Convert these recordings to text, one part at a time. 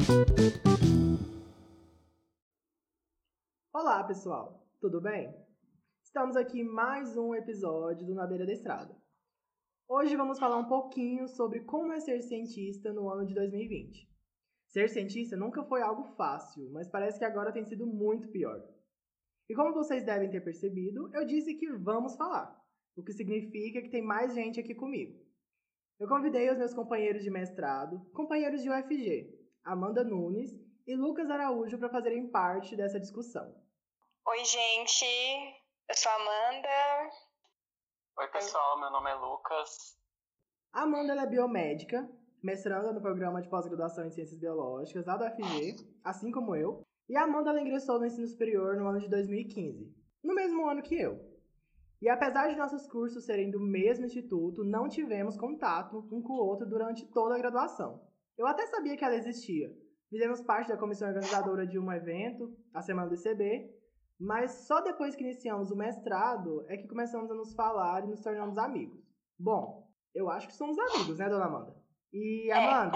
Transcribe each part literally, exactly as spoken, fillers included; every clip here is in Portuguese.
Olá, pessoal! Tudo bem? Estamos aqui em mais um episódio do Na Beira da Estrada. Hoje vamos falar um pouquinho sobre como é ser cientista no ano de dois mil e vinte. Ser cientista nunca foi algo fácil, mas parece que agora tem sido muito pior. E como vocês devem ter percebido, eu disse que vamos falar, o que significa que tem mais gente aqui comigo. Eu convidei os meus companheiros de mestrado, companheiros de U F G, Amanda Nunes e Lucas Araújo para fazerem parte dessa discussão. Oi, gente, eu sou a Amanda. Oi, pessoal, meu nome é Lucas. A Amanda ela é biomédica, mestranda no programa de pós-graduação em Ciências Biológicas lá do U F G, assim como eu. E a Amanda ela ingressou no ensino superior no ano de dois mil e quinze, no mesmo ano que eu. E apesar de nossos cursos serem do mesmo instituto, não tivemos contato um com o outro durante toda a graduação. Eu até sabia que ela existia. Fizemos parte da comissão organizadora de um evento, a Semana do I C B, mas só depois que iniciamos o mestrado é que começamos a nos falar e nos tornamos amigos. Bom, eu acho que somos amigos, né, dona Amanda? E Amanda,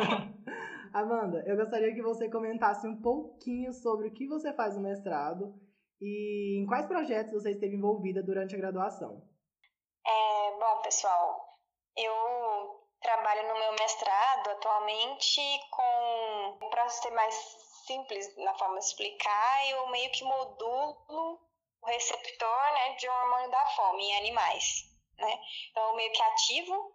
é. Amanda, eu gostaria que você comentasse um pouquinho sobre o que você faz no mestrado e em quais projetos você esteve envolvida durante a graduação. É, bom, pessoal, eu trabalho no meu mestrado atualmente com, para ser mais simples na forma de explicar, eu meio que modulo o receptor, né, de um hormônio da fome em animais, né? Então, eu meio que ativo.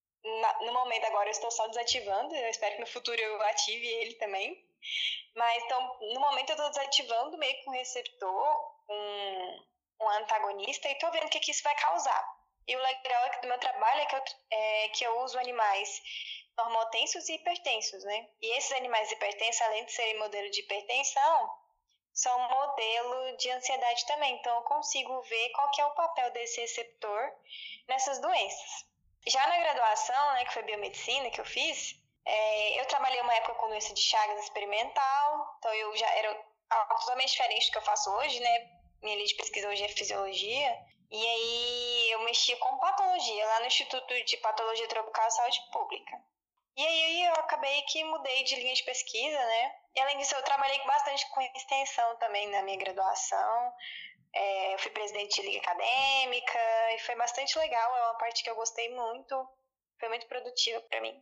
Na, no momento agora eu estou só desativando, eu espero que no futuro eu ative ele também. Mas então, no momento eu estou desativando meio que um receptor, um, um antagonista, e estou vendo o que, que isso vai causar. E o legal é que do meu trabalho é que eu, é, que eu uso animais normotensos e hipertensos, né? E esses animais hipertensos, além de serem modelo de hipertensão, são modelo de ansiedade também. Então eu consigo ver qual que é o papel desse receptor nessas doenças. Já na graduação, né, que foi biomedicina que eu fiz, é, eu trabalhei uma época com doença de Chagas experimental, então eu já era algo totalmente diferente do que eu faço hoje, né? Minha linha de pesquisa hoje é fisiologia. E aí eu mexia com patologia lá no Instituto de Patologia Tropical e Saúde Pública. E aí eu acabei que mudei de linha de pesquisa, né? E além disso eu trabalhei bastante com extensão também na minha graduação. É, eu fui presidente de liga acadêmica e foi bastante legal, é uma parte que eu gostei muito, foi muito produtiva para mim.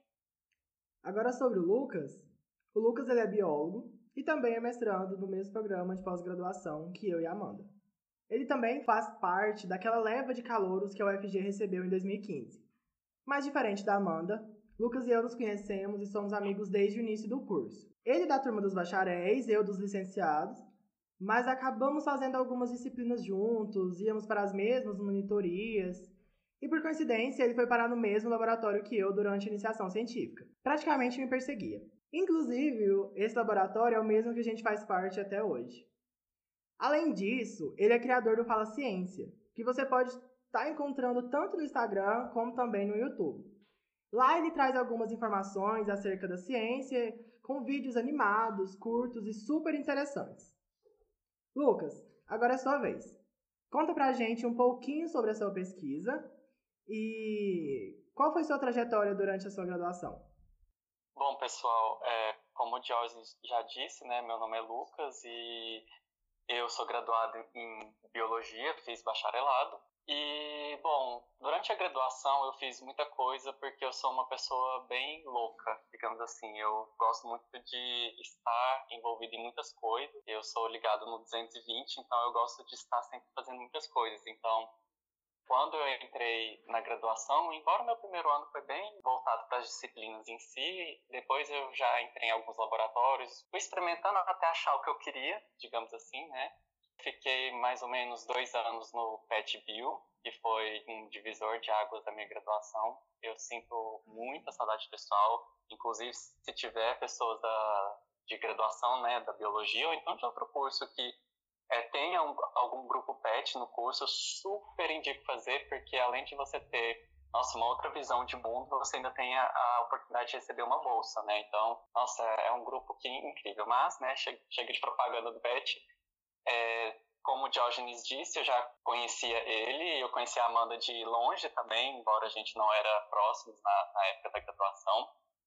Agora sobre o Lucas, o Lucas ele é biólogo e também é mestrando no mesmo programa de pós-graduação que eu e a Amanda. Ele também faz parte daquela leva de calouros que a U F G recebeu em dois mil e quinze. Mas diferente da Amanda, Lucas e eu nos conhecemos e somos amigos desde o início do curso. Ele da turma dos bacharéis, eu dos licenciados, mas acabamos fazendo algumas disciplinas juntos, íamos para as mesmas monitorias, e por coincidência ele foi parar no mesmo laboratório que eu durante a iniciação científica. Praticamente me perseguia. Inclusive, esse laboratório é o mesmo que a gente faz parte até hoje. Além disso, ele é criador do Fala Ciência, que você pode estar encontrando tanto no Instagram como também no YouTube. Lá ele traz algumas informações acerca da ciência, com vídeos animados, curtos e super interessantes. Lucas, agora é sua vez. Conta pra gente um pouquinho sobre a sua pesquisa e qual foi sua trajetória durante a sua graduação. Bom, pessoal, é, como o Jorge já disse, né, meu nome é Lucas e eu sou graduado em Biologia, fiz bacharelado. E, bom, durante a graduação eu fiz muita coisa porque eu sou uma pessoa bem louca, digamos assim. Eu gosto muito de estar envolvido em muitas coisas. Eu sou ligado no duzentos e vinte, então eu gosto de estar sempre fazendo muitas coisas. Então, quando eu entrei na graduação, embora o meu primeiro ano foi bem voltado para as disciplinas em si, depois eu já entrei em alguns laboratórios, fui experimentando até achar o que eu queria, digamos assim, né? Fiquei mais ou menos dois anos no PetBio, que foi um divisor de águas da minha graduação. Eu sinto muita saudade pessoal, inclusive se tiver pessoas da, de graduação, né, da biologia ou então de outro curso que é, tenha um, algum grupo pet no curso, eu super indico fazer, porque além de você ter, nossa, uma outra visão de mundo, você ainda tem a, a oportunidade de receber uma bolsa, né? Então, nossa, é um grupo que é incrível. Mas, né, chega, chega de propaganda do pet. É, como o Diógenes disse, eu já conhecia ele, eu conhecia a Amanda de longe também, embora a gente não era próximos na, na época da graduação.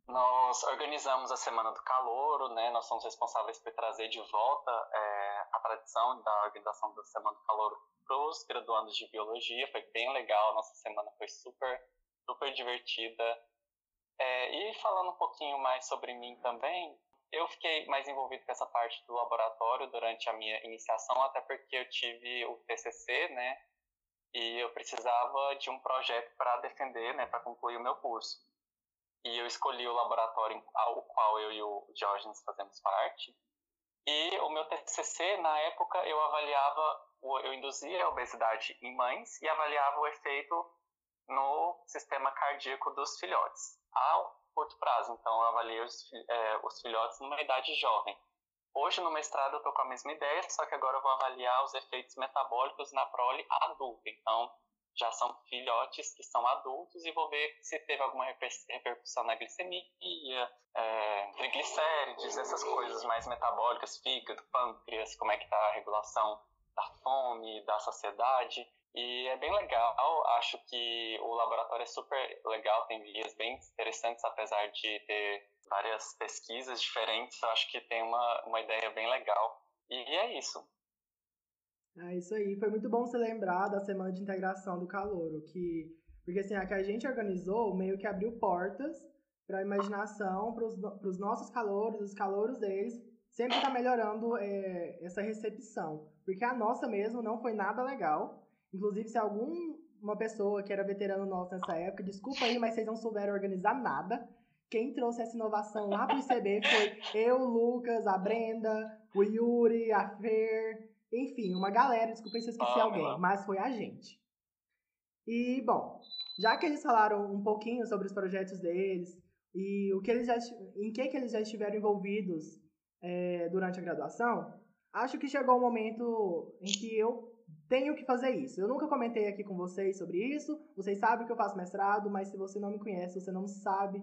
Nós organizamos a Semana do Calouro, né? Nós somos responsáveis por trazer de volta é, a tradição da organização da Semana do Calouro para os graduandos de Biologia. Foi bem legal, nossa semana foi super, super divertida. É, e falando um pouquinho mais sobre mim também, eu fiquei mais envolvido com essa parte do laboratório durante a minha iniciação, até porque eu tive o T C C, né? E eu precisava de um projeto para defender, né? Para concluir o meu curso. E eu escolhi o laboratório ao qual eu e o Diógenes fazemos parte. E o meu T C C, na época, eu avaliava, eu induzia a obesidade em mães e avaliava o efeito no sistema cardíaco dos filhotes, a curto prazo. Então, eu avaliei os, é, os filhotes numa idade jovem. Hoje, no mestrado, eu estou com a mesma ideia, só que agora eu vou avaliar os efeitos metabólicos na prole adulta. Então, já são filhotes que são adultos e vou ver se teve alguma repercussão na glicemia, é, triglicérides, essas coisas mais metabólicas, fígado, pâncreas, como é que está a regulação da fome, da saciedade. E é bem legal, acho que o laboratório é super legal, tem guias bem interessantes, apesar de ter várias pesquisas diferentes, eu acho que tem uma, uma ideia bem legal. E é isso. É isso aí, foi muito bom você lembrar da Semana de Integração do Calouro, que, porque assim, a que a gente organizou meio que abriu portas para a imaginação, para os nossos calouros, os calouros deles, sempre tá melhorando é, essa recepção, porque a nossa mesmo não foi nada legal, inclusive se alguma pessoa que era veterano nosso nessa época, desculpa aí, mas vocês não souberam organizar nada, quem trouxe essa inovação lá pro I C B foi eu, o Lucas, a Brenda, o Yuri, a Fer... Enfim, uma galera, desculpa se eu esqueci alguém, mas foi a gente. E, bom, já que eles falaram um pouquinho sobre os projetos deles e o que eles já, em que, que eles já estiveram envolvidos é, durante a graduação, acho que chegou o um momento em que eu tenho que fazer isso. Eu nunca comentei aqui com vocês sobre isso, vocês sabem que eu faço mestrado, mas se você não me conhece, você não sabe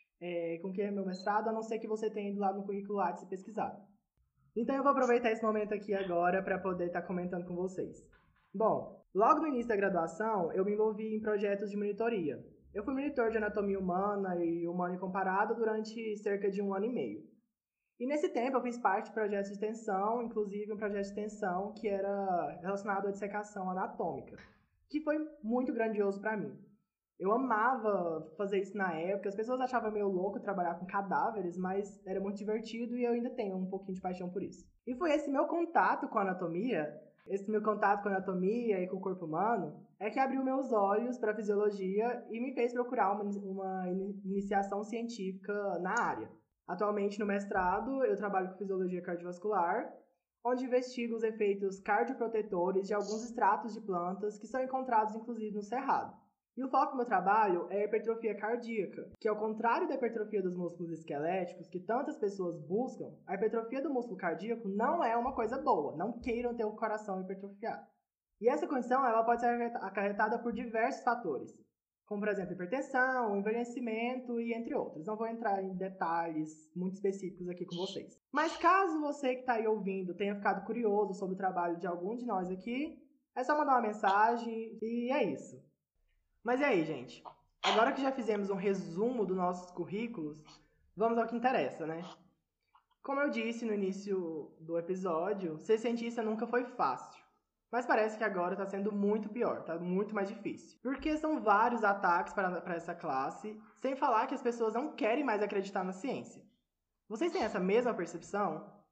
é, com que é meu mestrado, a não ser que você tenha ido lá no currículo Lattes e pesquisado. Então eu vou aproveitar esse momento aqui agora para poder estar tá comentando com vocês. Bom, logo no início da graduação, eu me envolvi em projetos de monitoria. Eu fui monitor de anatomia humana e humana e comparada durante cerca de um ano e meio. E nesse tempo eu fiz parte de projetos de extensão, inclusive um projeto de extensão que era relacionado à dissecação anatômica, que foi muito grandioso para mim. Eu amava fazer isso na época, as pessoas achavam meio louco trabalhar com cadáveres, mas era muito divertido e eu ainda tenho um pouquinho de paixão por isso. E foi esse meu contato com a anatomia, esse meu contato com a anatomia e com o corpo humano, é que abriu meus olhos para a fisiologia e me fez procurar uma, uma iniciação científica na área. Atualmente, no mestrado, eu trabalho com fisiologia cardiovascular, onde investigo os efeitos cardioprotetores de alguns extratos de plantas que são encontrados, inclusive, no cerrado. E o foco do meu trabalho é a hipertrofia cardíaca, que ao contrário da hipertrofia dos músculos esqueléticos, que tantas pessoas buscam, a hipertrofia do músculo cardíaco não é uma coisa boa, não queiram ter o coração hipertrofiado. E essa condição ela pode ser acarretada por diversos fatores, como por exemplo hipertensão, envelhecimento e entre outros. Não vou entrar em detalhes muito específicos aqui com vocês. Mas caso você que está aí ouvindo tenha ficado curioso sobre o trabalho de algum de nós aqui, é só mandar uma mensagem e é isso. Mas e aí, gente? Agora que já fizemos um resumo dos nossos currículos, vamos ao que interessa, né? Como eu disse no início do episódio, ser cientista nunca foi fácil. Mas parece que agora está sendo muito pior, está muito mais difícil. Porque são vários ataques para, para essa classe, sem falar que as pessoas não querem mais acreditar na ciência. Vocês têm essa mesma percepção?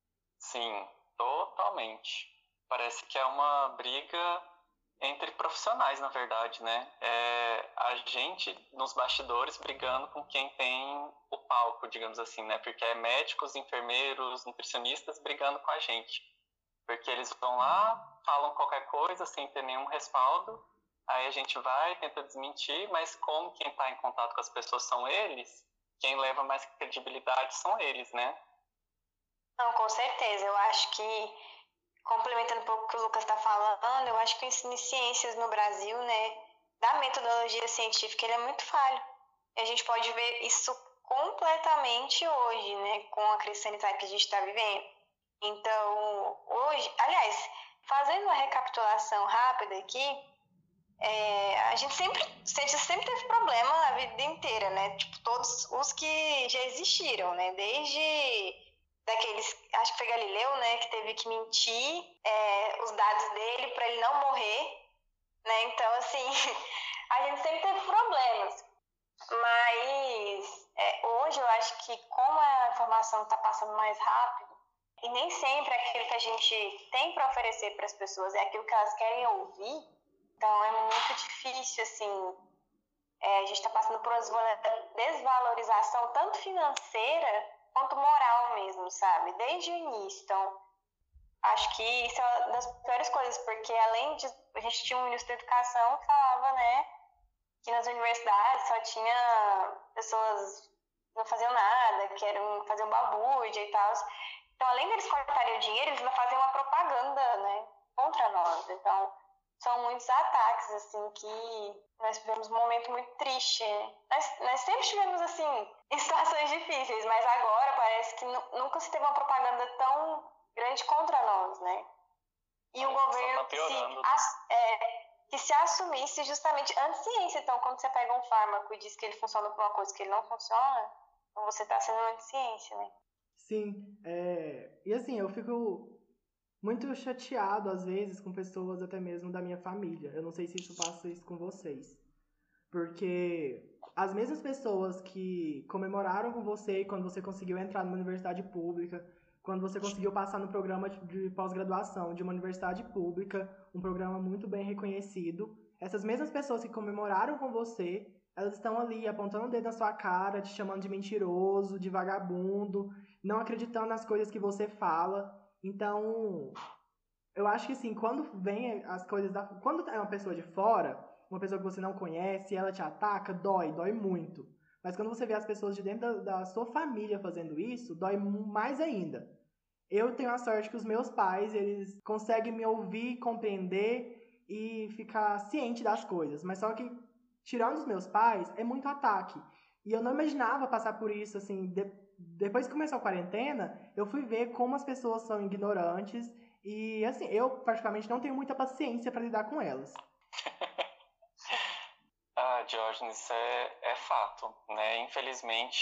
Sim, totalmente. Parece que é uma briga entre profissionais, na verdade, né? É a gente nos bastidores brigando com quem tem o palco, digamos assim, né? Porque é médicos, enfermeiros, nutricionistas brigando com a gente. Porque eles vão lá, falam qualquer coisa sem ter nenhum respaldo, aí a gente vai, tenta desmentir, mas como quem está em contato com as pessoas são eles, quem leva mais credibilidade são eles, né? Não, com certeza. Eu acho que complementando um pouco o que o Lucas está falando, eu acho que o ensino de ciências no Brasil, né, da metodologia científica, ele é muito falho. E a gente pode ver isso completamente hoje, né, com a crise sanitária que a gente está vivendo. Então, hoje, aliás, fazendo uma recapitulação rápida aqui, é, a gente sempre, a gente sempre teve problema a vida inteira, né? Tipo, todos os que já existiram, né? Desde daqueles, acho que foi Galileu, né? Que teve que mentir é, os dados dele para ele não morrer, né? Então, assim, a gente sempre teve problemas. Mas é, hoje eu acho que como a informação está passando mais rápido, e nem sempre aquilo que a gente tem para oferecer para as pessoas é aquilo que elas querem ouvir, então é muito difícil, assim, é, a gente está passando por uma desvalorização tanto financeira quanto moral mesmo, sabe? Desde o início. Então, acho que isso é uma das piores coisas, porque além de... A gente tinha um ministro da educação que falava, né, que nas universidades só tinha pessoas que não faziam nada, que eram fazer um balbúrdia e tal. Então, além deles cortarem o dinheiro, eles ainda fazem uma propaganda, né, contra nós. Então, são muitos ataques, assim, que nós tivemos um momento muito triste. Nós, nós sempre tivemos, assim, em situações difíceis, mas agora parece que nunca se teve uma propaganda tão grande contra nós, né? E o governo que se, é, que se assumisse justamente anti-ciência. Então, quando você pega um fármaco e diz que ele funciona para uma coisa que ele não funciona, então você está sendo anti-ciência, né? Sim, é... e assim, eu fico muito chateado, às vezes, com pessoas até mesmo da minha família. Eu não sei se isso passa isso com vocês. Porque as mesmas pessoas que comemoraram com você quando você conseguiu entrar numa universidade pública, quando você conseguiu passar no programa de pós-graduação de uma universidade pública, um programa muito bem reconhecido, essas mesmas pessoas que comemoraram com você, elas estão ali apontando o dedo na sua cara, te chamando de mentiroso, de vagabundo, não acreditando nas coisas que você fala. Então, eu acho que assim, quando vem as coisas da... Quando é uma pessoa de fora, uma pessoa que você não conhece, ela te ataca, dói, dói muito. Mas quando você vê as pessoas de dentro da, da sua família fazendo isso, dói mais ainda. Eu tenho a sorte que os meus pais, eles conseguem me ouvir, compreender e ficar ciente das coisas. Mas só que, tirando os meus pais, é muito ataque. E eu não imaginava passar por isso, assim, de, depois que começou a quarentena, eu fui ver como as pessoas são ignorantes e, assim, eu particularmente não tenho muita paciência para lidar com elas. Ah, Diógenes, é, é fato, né? Infelizmente,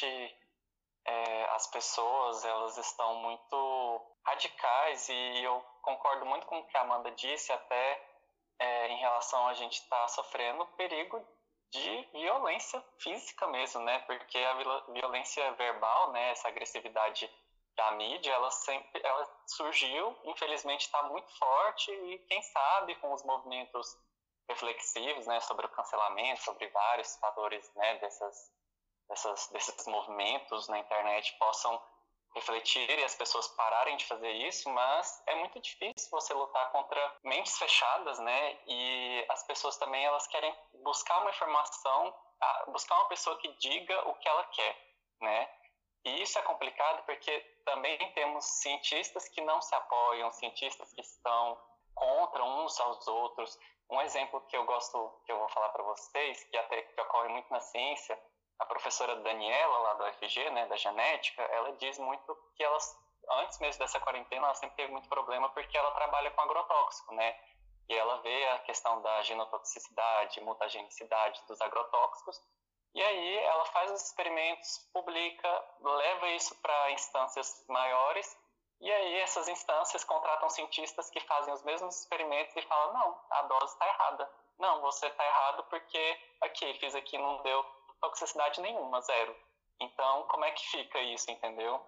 é, as pessoas, elas estão muito radicais e eu concordo muito com o que a Amanda disse, até é, em relação a gente estar tá sofrendo perigo de violência física mesmo, né? Porque a violência verbal, né, essa agressividade da mídia, ela sempre ela surgiu, infelizmente está muito forte e quem sabe com os movimentos reflexivos, né, sobre o cancelamento, sobre vários fatores, né, dessas, dessas, desses movimentos na internet possam refletir e as pessoas pararem de fazer isso, mas é muito difícil você lutar contra mentes fechadas, né, e as pessoas também, elas querem buscar uma informação, buscar uma pessoa que diga o que ela quer, né, e isso é complicado porque também temos cientistas que não se apoiam, cientistas que estão contra uns aos outros. Um exemplo que eu gosto, que eu vou falar para vocês, que até que ocorre muito na ciência, a professora Daniela, lá do U F G, né, da genética, ela diz muito que ela, antes mesmo dessa quarentena, ela sempre teve muito problema porque ela trabalha com agrotóxico, né? E ela vê a questão da genotoxicidade, mutagenicidade dos agrotóxicos, e aí ela faz os experimentos, publica, leva isso para instâncias maiores, e aí essas instâncias contratam cientistas que fazem os mesmos experimentos e falam, não, a dose está errada. Não, você está errado porque aqui, fiz aqui, não deu toxicidade nenhuma, zero. Então, como é que fica isso, entendeu?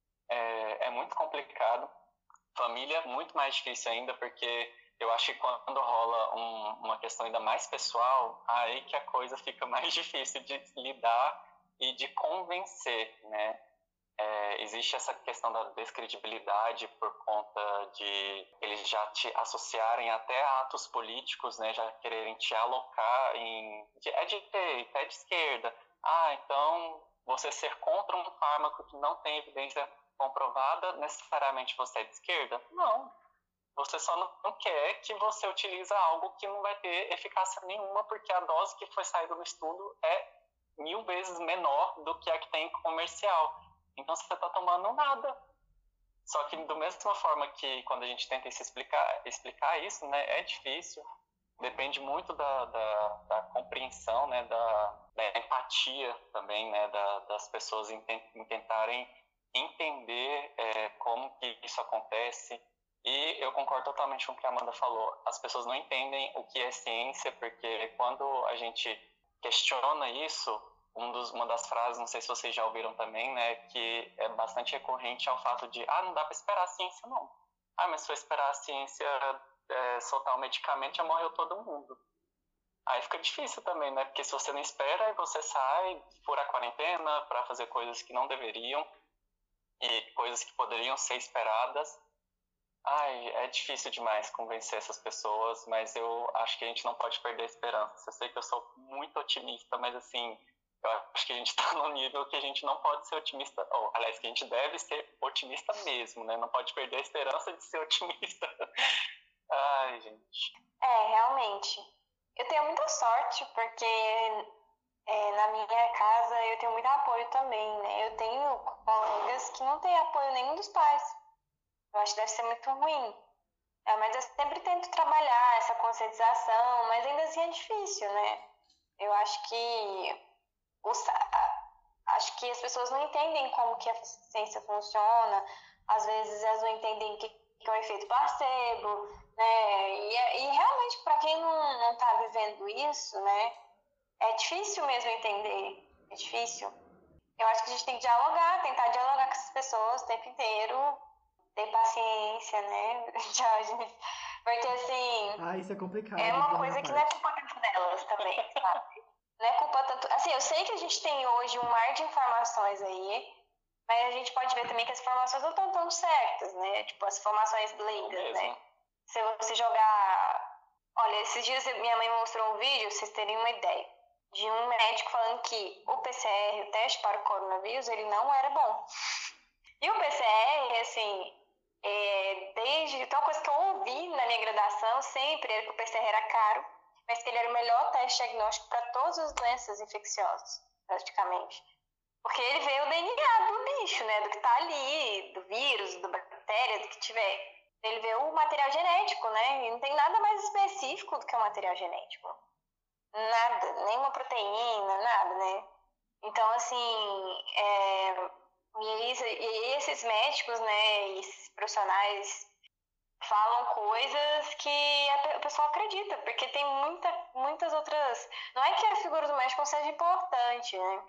É, é muito complicado. Família é muito mais difícil ainda, porque eu acho que quando rola um, uma questão ainda mais pessoal, aí que a coisa fica mais difícil de lidar e de convencer, né? É, existe essa questão da descredibilidade por conta de eles já te associarem até a atos políticos, né, já quererem te alocar em... é de direita, é de esquerda. Ah, então você ser contra um fármaco que não tem evidência comprovada, necessariamente você é de esquerda? Não. Você só não quer que você utilize algo que não vai ter eficácia nenhuma, porque a dose que foi saída no estudo é mil vezes menor do que a que tem comercial. Então você está tomando nada. Só que da mesma forma que quando a gente tenta se explicar, explicar isso, né, é difícil. depende muito da, da, da compreensão, né, da, da empatia também, né, da, das pessoas em, em tentarem entender é, como que isso acontece. E eu concordo totalmente com o que a Amanda falou. As pessoas não entendem o que é ciência, porque quando a gente questiona isso, um dos, uma das frases, não sei se vocês já ouviram também, né, que é bastante recorrente ao fato de, ah, não dá para esperar a ciência, não. Ah, mas se eu esperar a ciência é, soltar o medicamento, já morreu todo mundo. Aí fica difícil também, né, porque se você não espera, aí você sai, fura a quarentena para fazer coisas que não deveriam e coisas que poderiam ser esperadas. Ai, é difícil demais convencer essas pessoas, mas eu acho que a gente não pode perder a esperança. Eu sei que eu sou muito otimista, mas assim, eu acho que a gente está num nível que a gente não pode ser otimista, ou, aliás, que a gente deve ser otimista mesmo, né? Não pode perder a esperança de ser otimista. Ai, gente. É, realmente. Eu tenho muita sorte, porque é, na minha casa eu tenho muito apoio também, né? Eu tenho colegas que não têm apoio nenhum dos pais. Eu acho que deve ser muito ruim. É, mas eu sempre tento trabalhar essa conscientização, mas ainda assim é difícil, né? Eu acho que os, acho que as pessoas não entendem como que a ciência funciona, às vezes elas não entendem o que, que é um efeito placebo, né? E, e realmente, para quem não, não tá vivendo isso, né, é difícil mesmo entender, é difícil. Eu acho que a gente tem que dialogar, tentar dialogar com essas pessoas o tempo inteiro, ter paciência, né? Porque assim. Ah, isso é complicado. É uma coisa que não é culpa tanto delas também, sabe? Não é culpa tanto. Assim, eu sei que a gente tem hoje um mar de informações aí, mas a gente pode ver também que as informações não estão tão certas, né? Tipo, as informações leigas, né? Se você jogar. Olha, esses dias minha mãe mostrou um vídeo, pra vocês terem uma ideia, de um médico falando que o P C R, o teste para o coronavírus, ele não era bom. E o P C R, assim, é, desde tal coisa que eu ouvi na minha graduação sempre era que o P C R era caro, mas que ele era o melhor teste diagnóstico para todas as doenças infecciosas, praticamente. Porque ele vê o D N A do bicho, né? Do que tá ali, do vírus, da bactéria, do que tiver. Ele vê o material genético, né? E não tem nada mais específico do que o material genético. Nada, nenhuma proteína, nada, né? Então, assim, é... E, isso, e esses médicos, né, e esses profissionais falam coisas que a pessoa acredita, porque tem muita, muitas outras... Não é que a figura do médico seja importante, né,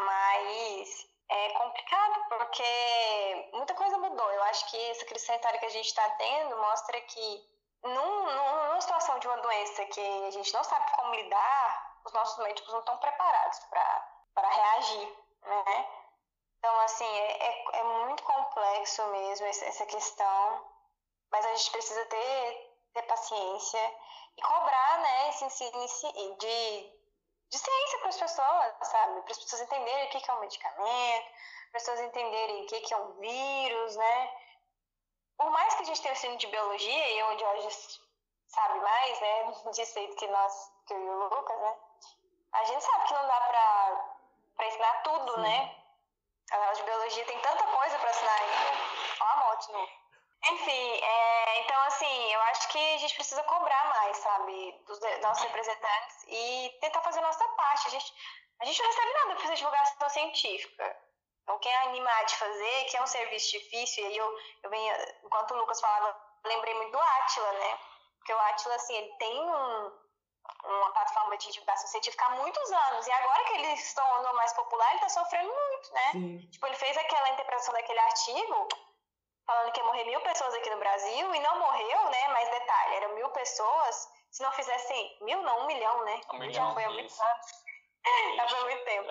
mas é complicado, porque muita coisa mudou. Eu acho que essa crise sanitária que a gente está tendo mostra que num, numa situação de uma doença que a gente não sabe como lidar, os nossos médicos não estão preparados para reagir, né? Então, assim, é, é, é muito complexo mesmo essa questão, mas a gente precisa ter, ter paciência e cobrar, né, esse ensino de, de ciência para as pessoas, sabe? Para as pessoas entenderem o que é um medicamento, para as pessoas entenderem o que é um vírus, né? Por mais que a gente tenha o ensino de biologia, e onde hoje sabe mais, né, disso aí do que nós, que eu e o Lucas, né? A gente sabe que não dá para ensinar tudo, Sim. né? A aula de biologia tem tanta coisa para ensinar ainda. Ó a morte, não. Enfim, é, então assim, eu acho que a gente precisa cobrar mais, sabe, dos nossos representantes e tentar fazer a nossa parte. A gente, a gente não recebe nada para fazer divulgação científica. Então, quem é animar de fazer, que é um serviço difícil, e aí eu, eu venho, enquanto o Lucas falava, eu lembrei muito do Átila, né? Porque o Átila, assim, ele tem um, uma plataforma de divulgação científica há muitos anos, e agora que ele se tornou mais popular, ele tá sofrendo muito, né? Sim. Tipo, ele fez aquela interpretação daquele artigo, falando que ia morrer mil pessoas aqui no Brasil, e não morreu, né? Mas detalhe, eram mil pessoas, se não fizessem, mil não, um milhão, né? Um milhão, já foi há muitos anos. Já foi há muito tempo.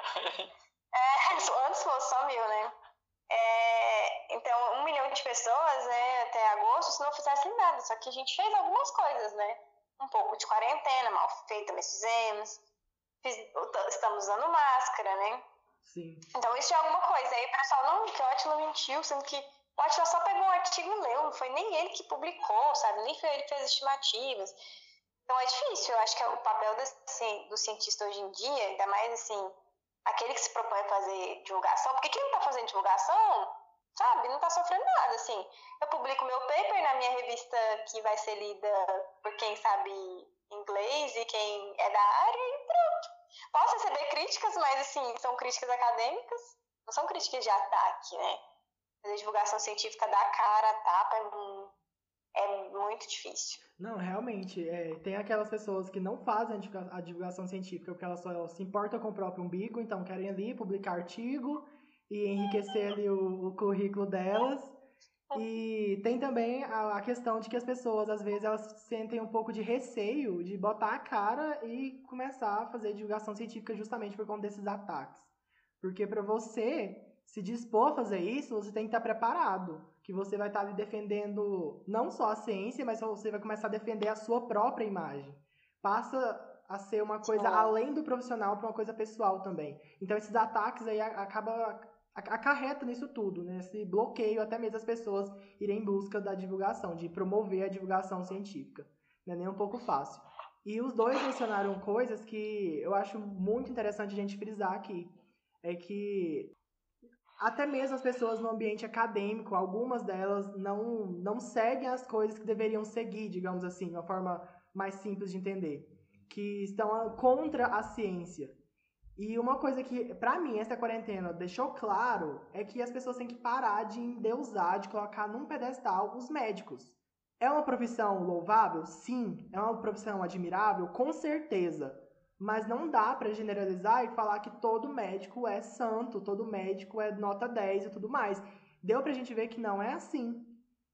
É, antes fosse só mil, né? É, então, um milhão de pessoas, né, até agosto, se não fizessem nada. Só que a gente fez algumas coisas, né? Um pouco de quarentena, mal feita, mas fizemos. Fiz, estamos usando máscara, né? Sim. Então, isso é alguma coisa. Aí o pessoal, não, que o Átila mentiu, sendo que o Átila só pegou um artigo e leu, não foi nem ele que publicou, sabe? Nem foi ele que fez estimativas. Então, é difícil. Eu acho que o papel do, do cientista hoje em dia, ainda mais, assim, aquele que se propõe a fazer divulgação, porque quem não está fazendo divulgação sabe? Não tá sofrendo nada, assim. Eu publico meu paper na minha revista que vai ser lida por quem sabe inglês e quem é da área e pronto. Posso receber críticas, mas, assim, são críticas acadêmicas, não são críticas de ataque, né? Fazer divulgação científica da cara, tapa, é muito difícil. Não, realmente, é, tem aquelas pessoas que não fazem a divulgação científica porque elas só se importam com o próprio umbigo, então querem ali publicar artigo e enriquecer ali o, o currículo delas. E tem também a, a questão de que as pessoas, às vezes, elas sentem um pouco de receio de botar a cara e começar a fazer divulgação científica justamente por conta desses ataques. Porque para você se dispor a fazer isso, você tem que estar preparado. Que você vai estar ali defendendo não só a ciência, mas você vai começar a defender a sua própria imagem. Passa a ser uma coisa além do profissional para uma coisa pessoal também. Então esses ataques aí acabam acarreta nisso tudo, né? Esse bloqueio até mesmo as pessoas irem em busca da divulgação, de promover a divulgação científica. Não é nem um pouco fácil. E os dois mencionaram coisas que eu acho muito interessante a gente frisar aqui. É que até mesmo as pessoas no ambiente acadêmico, algumas delas não, não seguem as coisas que deveriam seguir, digamos assim, de uma forma mais simples de entender. Que estão contra a ciência. E uma coisa que, pra mim, essa quarentena deixou claro é que as pessoas têm que parar de endeusar, de colocar num pedestal os médicos. É uma profissão louvável? Sim. É uma profissão admirável? Com certeza. Mas não dá pra generalizar e falar que todo médico é santo, todo médico é nota dez e tudo mais. Deu pra gente ver que não é assim.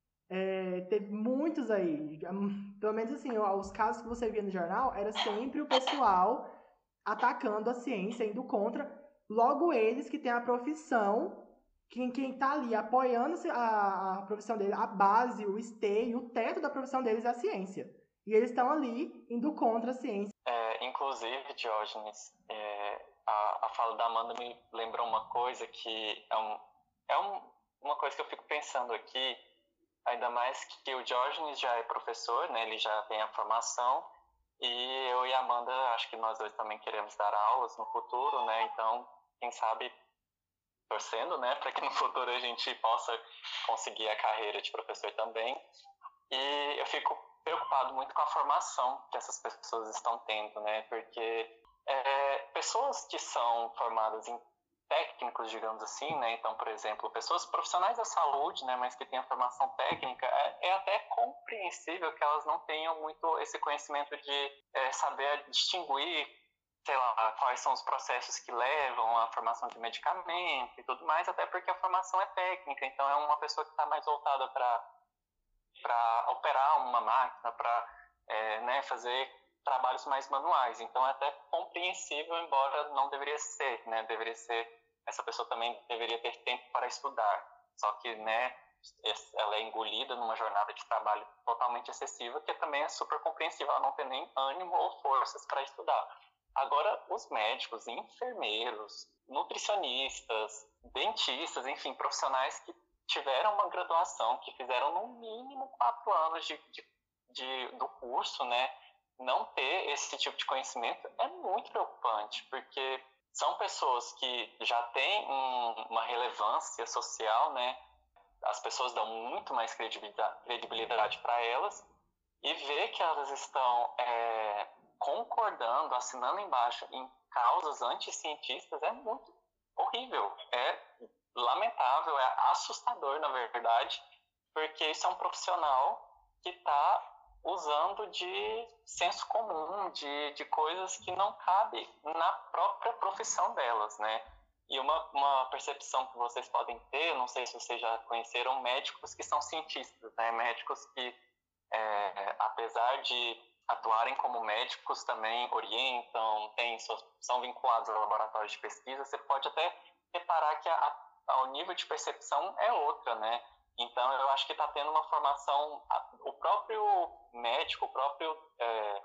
É, teve muitos aí, pelo menos assim, os casos que você via no jornal, era sempre o pessoal atacando a ciência, indo contra, logo eles que têm a profissão, quem, quem tá ali apoiando a, a profissão dele, a base, o esteio, o teto da profissão deles é a ciência. E eles estão ali indo contra a ciência. É, inclusive, Diógenes, é, a, a fala da Amanda me lembrou uma coisa que é, um, é um, uma coisa que eu fico pensando aqui, ainda mais que o Diógenes já é professor, né, ele já tem a formação, e eu e a Amanda, acho que nós dois também queremos dar aulas no futuro, né? Então, quem sabe, torcendo, né? Para que no futuro a gente possa conseguir a carreira de professor também. E eu fico preocupado muito com a formação que essas pessoas estão tendo, né? Porque é, pessoas que são formadas em técnicos, digamos assim, né? Então, por exemplo, pessoas profissionais da saúde, né? Mas que têm a formação técnica, é, é até compreensível que elas não tenham muito esse conhecimento de é, saber distinguir, sei lá, quais são os processos que levam à formação de medicamento e tudo mais, até porque a formação é técnica, então é uma pessoa que está mais voltada para para operar uma máquina, para é, né, fazer trabalhos mais manuais. Então, é até compreensível, embora não deveria ser, né? Deveria ser, essa pessoa também deveria ter tempo para estudar. Só que, né, ela é engolida numa jornada de trabalho totalmente excessiva, que também é super compreensível, ela não tem nem ânimo ou forças para estudar. Agora, os médicos, enfermeiros, nutricionistas, dentistas, enfim, profissionais que tiveram uma graduação, que fizeram no mínimo quatro anos de, de, de, do curso, né? Não ter esse tipo de conhecimento é muito preocupante, porque são pessoas que já têm um, uma relevância social, né? As pessoas dão muito mais credibilidade, credibilidade para elas, e ver que elas estão é, concordando, assinando embaixo em causas anticientistas é muito horrível, é lamentável, é assustador, na verdade, porque isso é um profissional que está usando de senso comum, de, de coisas que não cabem na própria profissão delas, né? E uma, uma percepção que vocês podem ter, não sei se vocês já conheceram médicos que são cientistas, né? Médicos que, é, apesar de atuarem como médicos, também orientam, tem, são vinculados a laboratórios de pesquisa. Você pode até reparar que a, a, o nível de percepção é outra, né? Então, eu acho que está tendo uma formação, o próprio médico, o próprio é,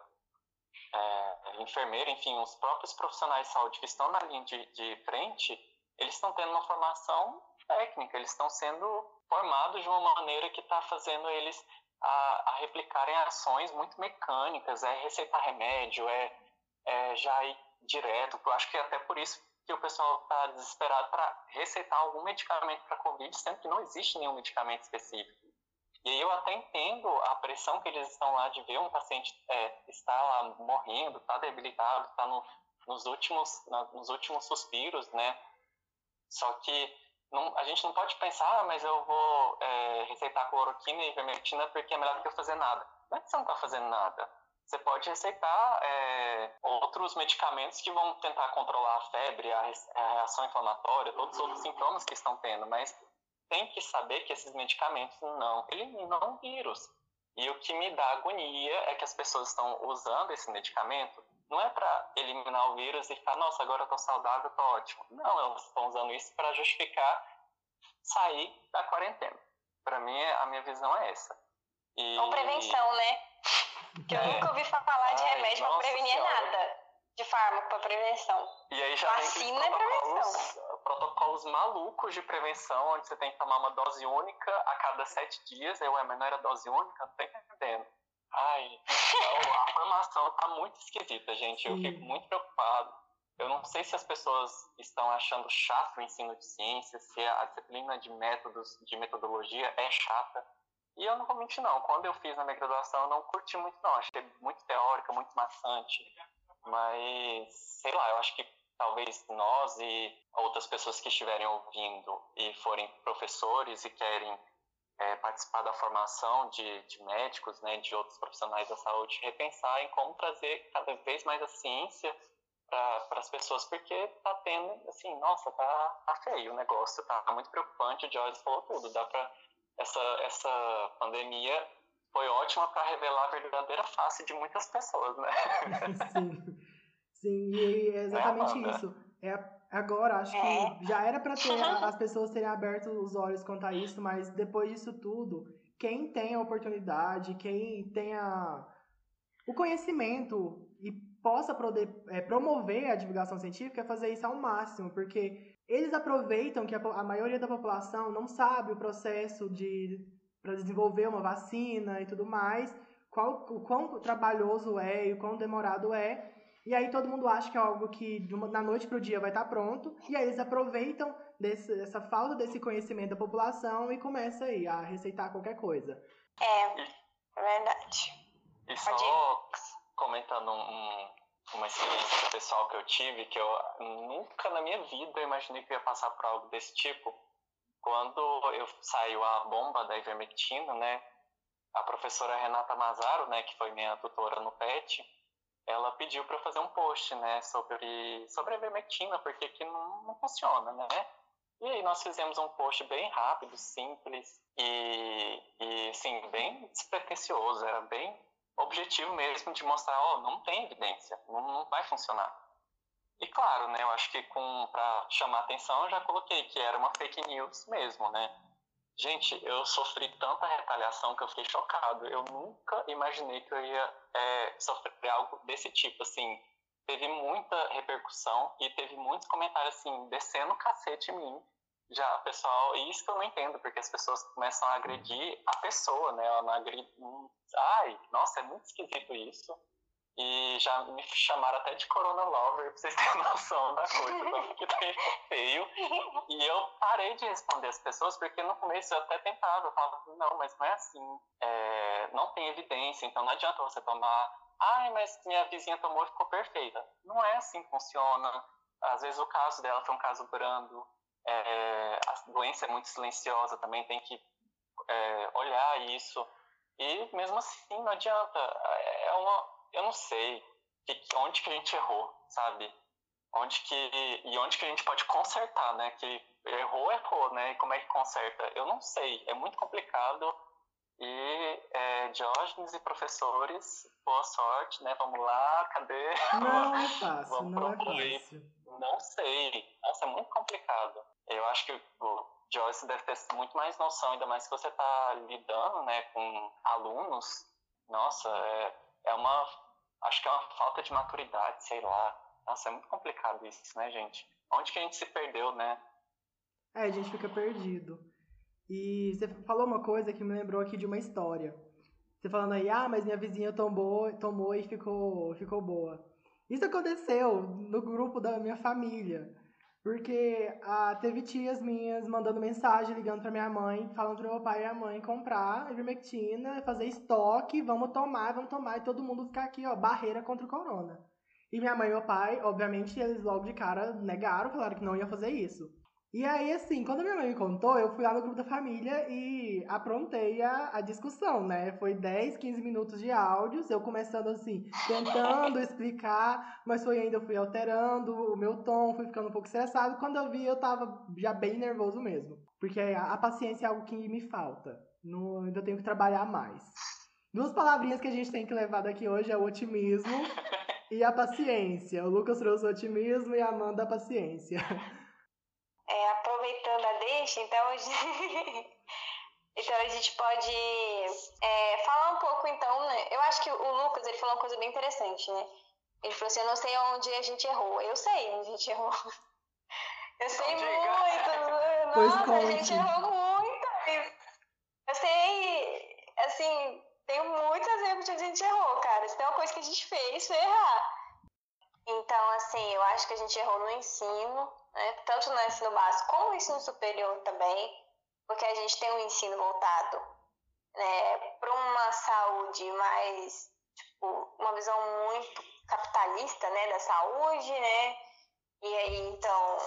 é, enfermeiro, enfim, os próprios profissionais de saúde que estão na linha de, de frente, eles estão tendo uma formação técnica, eles estão sendo formados de uma maneira que está fazendo eles a, a replicarem ações muito mecânicas, é receitar remédio, é, é já ir direto. Eu acho que até por isso que o pessoal está desesperado para receitar algum medicamento para Covid, sendo que não existe nenhum medicamento específico. E aí eu até entendo a pressão que eles estão lá de ver um paciente é, estar lá morrendo, está debilitado, está no, nos, últimos, na, nos últimos suspiros, né? Só que não, a gente não pode pensar, ah, mas eu vou é, receitar cloroquina e ivermectina porque é melhor do que eu fazer nada. Não é que você não está fazendo nada. Você pode receitar é, outros medicamentos que vão tentar controlar a febre, a, a reação inflamatória, todos os outros sintomas que estão tendo, mas tem que saber que esses medicamentos não eliminam o vírus. E o que me dá agonia é que as pessoas estão usando esse medicamento não é para eliminar o vírus e ficar, nossa, agora eu tô saudável, tô ótimo. Não, elas estão usando isso para justificar sair da quarentena. Para mim, a minha visão é essa. E... Ou prevenção, né? Que eu é... nunca ouvi falar de Ai, remédio para prevenir senhora. nada. De fármaco para prevenção. E aí já Vacina vem é prevenção. Protocolos malucos de prevenção, onde você tem que tomar uma dose única a cada sete dias. Eu, ué, mas não era dose única? Não tô entendendo. Ai, a formação tá muito esquisita, gente. Eu fico muito preocupado. Eu não sei se as pessoas estão achando chato o ensino de ciência, se a disciplina de métodos, de metodologia é chata. E eu não vou mentir, não. Quando eu fiz na minha graduação, eu não curti muito, não. Achei muito teórica, muito maçante. Mas, sei lá, eu acho que talvez nós e outras pessoas que estiverem ouvindo e forem professores e querem é, participar da formação de, de médicos, né, de outros profissionais da saúde, repensar em como trazer cada vez mais a ciência para as pessoas, porque tá tendo, assim, nossa, tá, tá feio o negócio, tá muito preocupante. O Joyce falou tudo, dá para essa, essa pandemia foi ótima para revelar a verdadeira face de muitas pessoas, né? Sim, sim, e é exatamente né, isso. É, agora, acho que já era para ter as pessoas terem aberto os olhos quanto a isso, mas depois disso tudo, quem tem a oportunidade, quem tem a, o conhecimento e possa poder, é, promover a divulgação científica, é fazer isso ao máximo, porque eles aproveitam que a, a maioria da população não sabe o processo de para desenvolver uma vacina e tudo mais, qual, o quão trabalhoso é e o quão demorado é, e aí todo mundo acha que é algo que de uma, da noite para o dia vai estar pronto, e aí eles aproveitam desse, dessa falta desse conhecimento da população e começam aí a receitar qualquer coisa. É, é verdade. E só comentando um, uma experiência pessoal que eu tive, que eu nunca na minha vida imaginei que eu ia passar por algo desse tipo. Quando eu saiu a bomba da ivermectina, né, a professora Renata Mazaro, né, que foi minha tutora no P E T, ela pediu para eu fazer um post, né, sobre, sobre a ivermectina, porque que não, não funciona, né? E aí nós fizemos um post bem rápido, simples e, e assim, bem despretensioso, era bem objetivo mesmo de mostrar, ó, oh, não tem evidência, não, não vai funcionar. E claro, né, eu acho que para chamar atenção eu já coloquei que era uma fake news mesmo, né? Gente, eu sofri tanta retaliação que eu fiquei chocado. Eu nunca imaginei que eu ia é, sofrer algo desse tipo, assim. Teve muita repercussão e teve muitos comentários, assim, descendo o cacete em mim. Já, pessoal, e isso que eu não entendo, porque as pessoas começam a agredir a pessoa, né? Ela não agride... Ai, nossa, é muito esquisito isso. E já me chamaram até de Corona Lover, pra vocês terem noção da coisa, então que tá feio. E eu parei de responder as pessoas, porque no começo eu até tentava, eu falava, não, mas não é assim, é, não tem evidência, então não adianta você tomar, ai, mas minha vizinha tomou e ficou perfeita. Não é assim que funciona. Às vezes o caso dela foi um caso brando, é, a doença é muito silenciosa, também tem que é, olhar isso. E mesmo assim, não adianta, é uma... Eu não sei que, onde que a gente errou, sabe? Onde que, e onde que a gente pode consertar, né? Que errou, errou, né? E como é que conserta? Eu não sei, é muito complicado. E é, Diógenes e professores, boa sorte, né? Vamos lá, cadê? Não é fácil, Vamos não procurar. é fácil. Não sei, nossa, é muito complicado. Eu acho que o Joyce deve ter muito mais noção, ainda mais que você está lidando, né, com alunos. Nossa, é, é uma... Acho que é uma falta de maturidade, sei lá. Nossa, é muito complicado isso, né, gente? Onde que a gente se perdeu, né? É, a gente fica perdido. E você falou uma coisa que me lembrou aqui de uma história. Você falando aí, ah, mas minha vizinha tomou, tomou e ficou, ficou boa. Isso aconteceu no grupo da minha família. Porque ah, teve tias minhas mandando mensagem, ligando pra minha mãe, falando pro meu pai e a mãe comprar ivermectina, fazer estoque, vamos tomar, vamos tomar, e todo mundo ficar aqui, ó, barreira contra o corona. E minha mãe e meu pai, obviamente, eles logo de cara negaram, falaram que não ia fazer isso. E aí, assim, quando a minha mãe me contou, eu fui lá no grupo da família e aprontei a, a discussão, né? Foi dez, quinze minutos de áudios, eu começando assim, tentando explicar, mas foi ainda, eu fui alterando o meu tom, fui ficando um pouco estressado. Quando eu vi, eu tava já bem nervoso mesmo. Porque a, a paciência é algo que me falta. No, ainda tenho que trabalhar mais. Duas palavrinhas que a gente tem que levar daqui hoje é o otimismo e a paciência. O Lucas trouxe o otimismo e a Amanda a paciência. É, aproveitando a deixa, então, então a gente pode é, falar um pouco, então, né? Eu acho que o Lucas, ele falou uma coisa bem interessante, né? Ele falou assim, eu não sei onde a gente errou. Eu sei onde a gente errou. Eu sei muito. Pois Nossa, a conte. gente errou muito. Eu sei, assim, tenho muitos exemplos de onde a gente errou, cara. Se tem uma coisa que a gente fez, foi errar. Então, assim, eu acho que a gente errou no ensino, né? Tanto no ensino básico como no ensino superior também, porque a gente tem um ensino voltado, né, para uma saúde mais, tipo, uma visão muito capitalista, né, da saúde, né? E aí, então,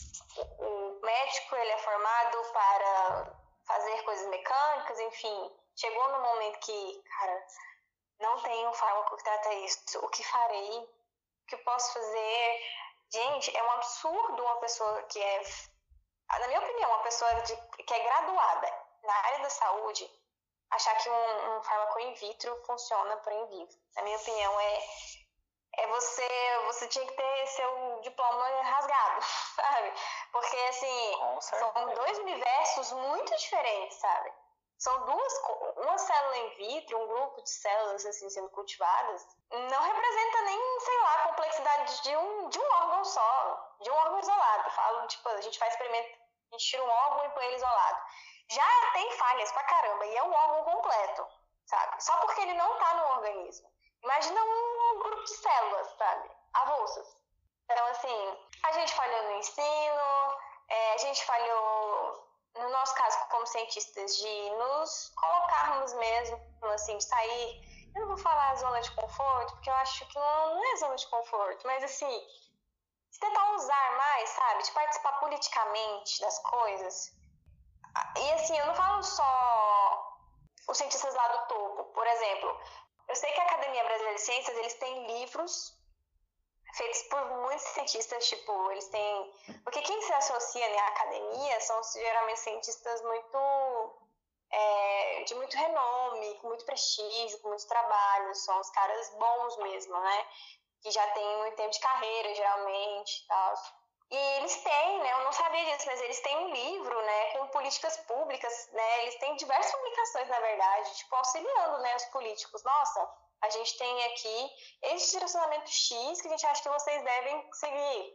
o médico, ele é formado para fazer coisas mecânicas, enfim. Chegou no momento que, cara, não tem um fármaco que trata isso. O que farei? O que posso fazer? Gente, é um absurdo uma pessoa que é, na minha opinião, uma pessoa de, que é graduada na área da saúde, achar que um, um fármaco in vitro funciona para in vivo. Na minha opinião, é, é você, você tinha que ter seu diploma rasgado, sabe? Porque, assim, são dois universos muito diferentes, sabe? São duas, uma célula in vitro, um grupo de células assim sendo cultivadas, não representa nem, sei lá, a complexidade de um, de um órgão só, de um órgão isolado. Falo, tipo, a gente faz experimento, a gente tira um órgão e põe ele isolado. Já tem falhas pra caramba, e é um órgão completo, sabe? Só porque ele não tá no organismo. Imagina um, um grupo de células, sabe? Avulsas. Então, assim, a gente falhou no ensino, é, a gente falhou, no nosso caso, como cientistas, de nos colocarmos mesmo, assim, de sair. Eu não vou falar zona de conforto, porque eu acho que não, não é zona de conforto, mas, assim, de tentar usar mais, sabe? De participar politicamente das coisas. E, assim, eu não falo só os cientistas lá do topo. Por exemplo, eu sei que a Academia Brasileira de Ciências, eles têm livros feitos por muitos cientistas, tipo, eles têm... Porque quem se associa, né, à academia são geralmente cientistas muito... É, de muito renome, com muito prestígio, com muitos trabalhos, são os caras bons mesmo, né? Que já têm muito tempo de carreira, geralmente, tal. E eles têm, né, eu não sabia disso, mas eles têm um livro, né, com políticas públicas, né, eles têm diversas publicações, na verdade, tipo, auxiliando, né, os políticos. Nossa, a gente tem aqui esse direcionamento X que a gente acha que vocês devem seguir.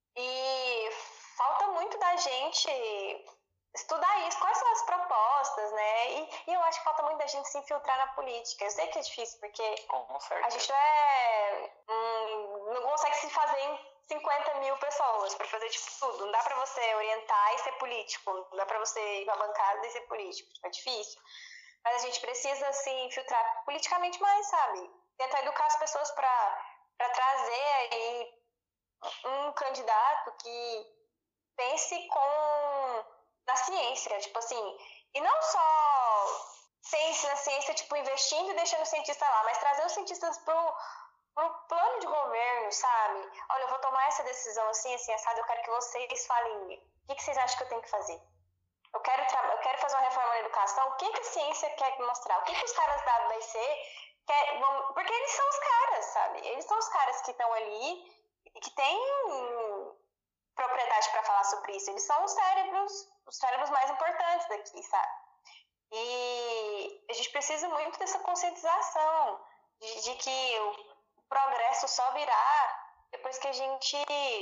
E falta muito da gente estudar isso, quais são as propostas, né, e, e eu acho que falta muito da gente se infiltrar na política. Eu sei que é difícil, porque a gente não é... Hum, não consegue se fazer em cinquenta mil pessoas para fazer tipo tudo. Não dá para você orientar e ser político. Não dá para você ir pra bancada e ser político. É difícil. Mas a gente precisa se infiltrar politicamente mais, sabe? Tentar educar as pessoas para para trazer aí um candidato que pense com na ciência, tipo assim, e não só ciência na ciência, tipo, investindo e deixando o cientista lá, mas trazer os cientistas pro pro plano de governo, sabe? Olha, eu vou tomar essa decisão assim, assim, assado, eu quero que vocês falem o que, que vocês acham que eu tenho que fazer. Eu quero, tra- eu quero fazer uma reforma na educação, o que, que a ciência quer me mostrar? O que, que os caras da A B C querem... Porque eles são os caras, sabe? Eles são os caras que estão ali e que têm propriedade para falar sobre isso. Eles são os cérebros, os cérebros mais importantes daqui, sabe? E a gente precisa muito dessa conscientização de, de que o progresso só virá depois que a gente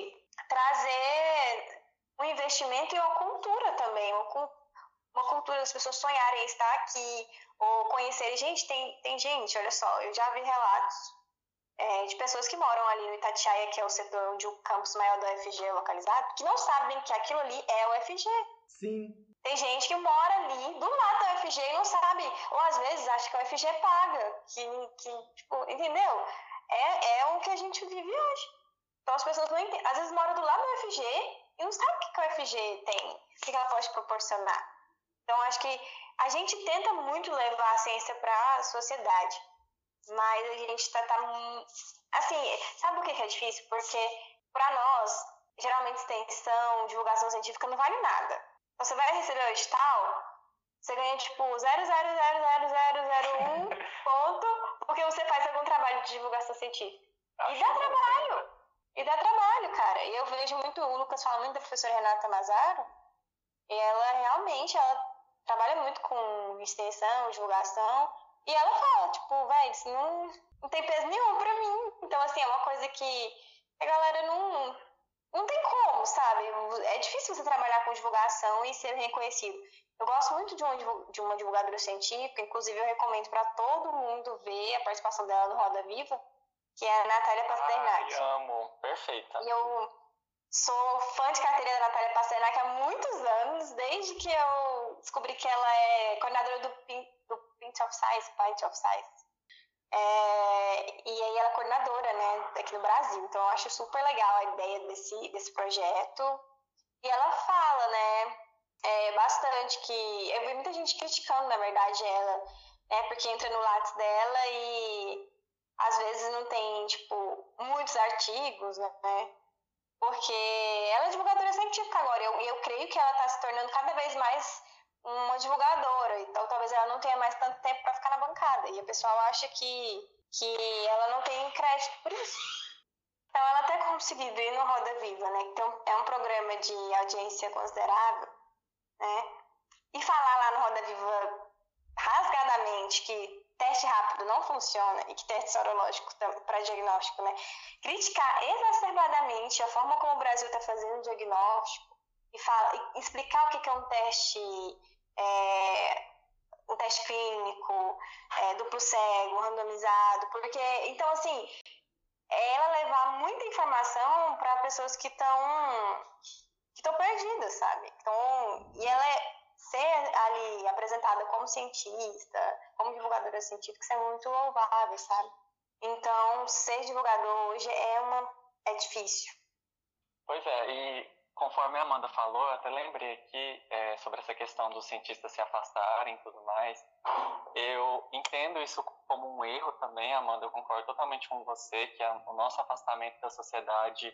trazer um investimento e uma cultura também, uma, uma cultura das pessoas sonharem em estar aqui ou conhecerem. Gente, tem, tem gente, olha só, eu já vi relatos é, de pessoas que moram ali no Itatiaia, que é o setor onde o campus maior da U F G é localizado, que não sabem que aquilo ali é o U F G. Sim. Tem gente que mora ali do lado da U F G e não sabe, ou às vezes acha que a U F G paga, que, que tipo, entendeu? É, é o que a gente vive hoje. Então as pessoas não entendem, às vezes moram do lado da U F G e não sabem o que, que a U F G tem, o que, que ela pode proporcionar. Então acho que a gente tenta muito levar a ciência para a sociedade, mas a gente tá, tá assim, sabe o que, que é difícil? Porque para nós, geralmente extensão, divulgação científica não vale nada. Você vai receber o edital, você ganha tipo zero vírgula zero zero zero zero um ponto porque você faz algum trabalho de divulgação científica. Acho e dá bom, trabalho. né? E dá trabalho, cara. E eu vejo muito, o Lucas fala muito da professora Renata Mazaro, e ela realmente, ela trabalha muito com extensão, divulgação, e ela fala, tipo, velho, isso não, não tem peso nenhum pra mim. Então, assim, é uma coisa que a galera não... Não tem como, sabe? É difícil você trabalhar com divulgação e ser reconhecido. Eu gosto muito de uma, de uma divulgadora científica, inclusive eu recomendo para todo mundo ver a participação dela no Roda Viva, que é a Natália Pasternak. Ai, amo. Perfeita. E eu sou fã de carteira da Natália Pasternak há muitos anos, desde que eu descobri que ela é coordenadora do Pint, do Pint of Science, Pint of Science. É, e aí ela é coordenadora, né, aqui no Brasil, então eu acho super legal a ideia desse, desse projeto. E ela fala, né, é, bastante que... Eu vi muita gente criticando, na verdade, ela, né, porque entra no Lattes dela e às vezes não tem, tipo, muitos artigos, né, porque ela é divulgadora científica agora, e eu, eu creio que ela está se tornando cada vez mais uma divulgadora, então talvez ela não tenha mais tanto tempo para ficar na bancada, e o pessoal acha que, que ela não tem crédito por isso. Então ela até conseguiu ir no Roda Viva, né, que é um programa de audiência considerável, né, e falar lá no Roda Viva rasgadamente que teste rápido não funciona e que teste sorológico para diagnóstico, né, criticar exacerbadamente a forma como o Brasil está fazendo o diagnóstico e, fala, e explicar o que é um teste... É, um teste clínico, é, duplo cego, randomizado, porque, então, assim, é ela levar muita informação para pessoas que estão que estão perdidas, sabe? Então, e ela é, ser ali apresentada como cientista, como divulgadora científica, isso é muito louvável, sabe? Então, ser divulgador hoje é uma é difícil. Pois é, e conforme a Amanda falou, eu até lembrei aqui é, sobre essa questão dos cientistas se afastarem e tudo mais. Eu entendo isso como um erro também, Amanda, eu concordo totalmente com você, que a, o nosso afastamento da sociedade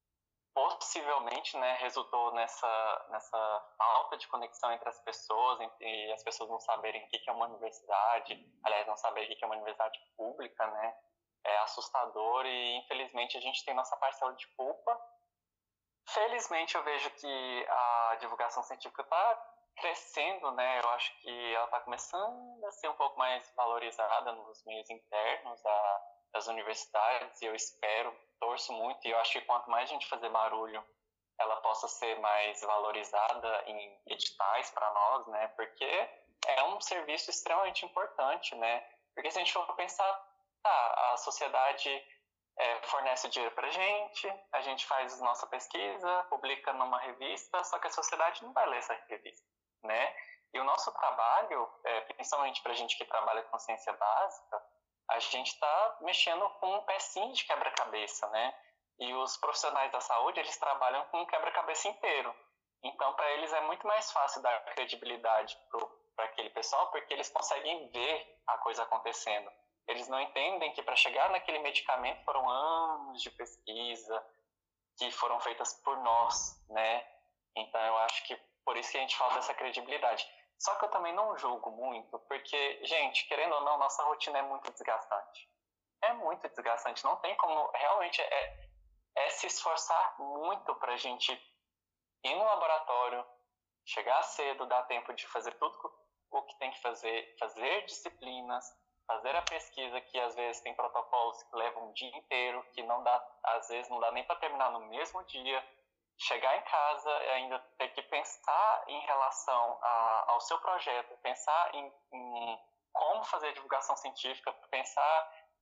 possivelmente, né, resultou nessa, nessa falta de conexão entre as pessoas, e as pessoas não saberem o que é uma universidade, aliás, não saberem o que é uma universidade pública, né, é assustador e, infelizmente, a gente tem nossa parcela de culpa. Felizmente, eu vejo que a divulgação científica está crescendo, né? Eu acho que ela está começando a ser um pouco mais valorizada nos meios internos da, das universidades, e eu espero, torço muito, e eu acho que quanto mais a gente fazer barulho, ela possa ser mais valorizada em editais para nós, né? Porque é um serviço extremamente importante, né? Porque se a gente for pensar, tá, a sociedade... É, fornece dinheiro pra gente, a gente faz nossa pesquisa, publica numa revista, só que a sociedade não vai ler essa revista, né? E o nosso trabalho, é, principalmente pra gente que trabalha com ciência básica, a gente está mexendo com um pecinho de quebra-cabeça, né? E os profissionais da saúde, eles trabalham com um quebra-cabeça inteiro. Então, para eles é muito mais fácil dar credibilidade para aquele pessoal, porque eles conseguem ver a coisa acontecendo. Eles não entendem que para chegar naquele medicamento foram anos de pesquisa que foram feitas por nós, né? Então eu acho que por isso que a gente falta essa credibilidade. Só que eu também não julgo muito, porque, gente, querendo ou não, nossa rotina é muito desgastante. É muito desgastante, não tem como, realmente é, é se esforçar muito pra gente ir no laboratório, chegar cedo, dar tempo de fazer tudo o que tem que fazer, fazer disciplinas, fazer a pesquisa, que às vezes tem protocolos que levam um dia inteiro, que não dá, às vezes não dá nem para terminar no mesmo dia, chegar em casa e ainda ter que pensar em relação a, ao seu projeto, pensar em, em como fazer a divulgação científica, pensar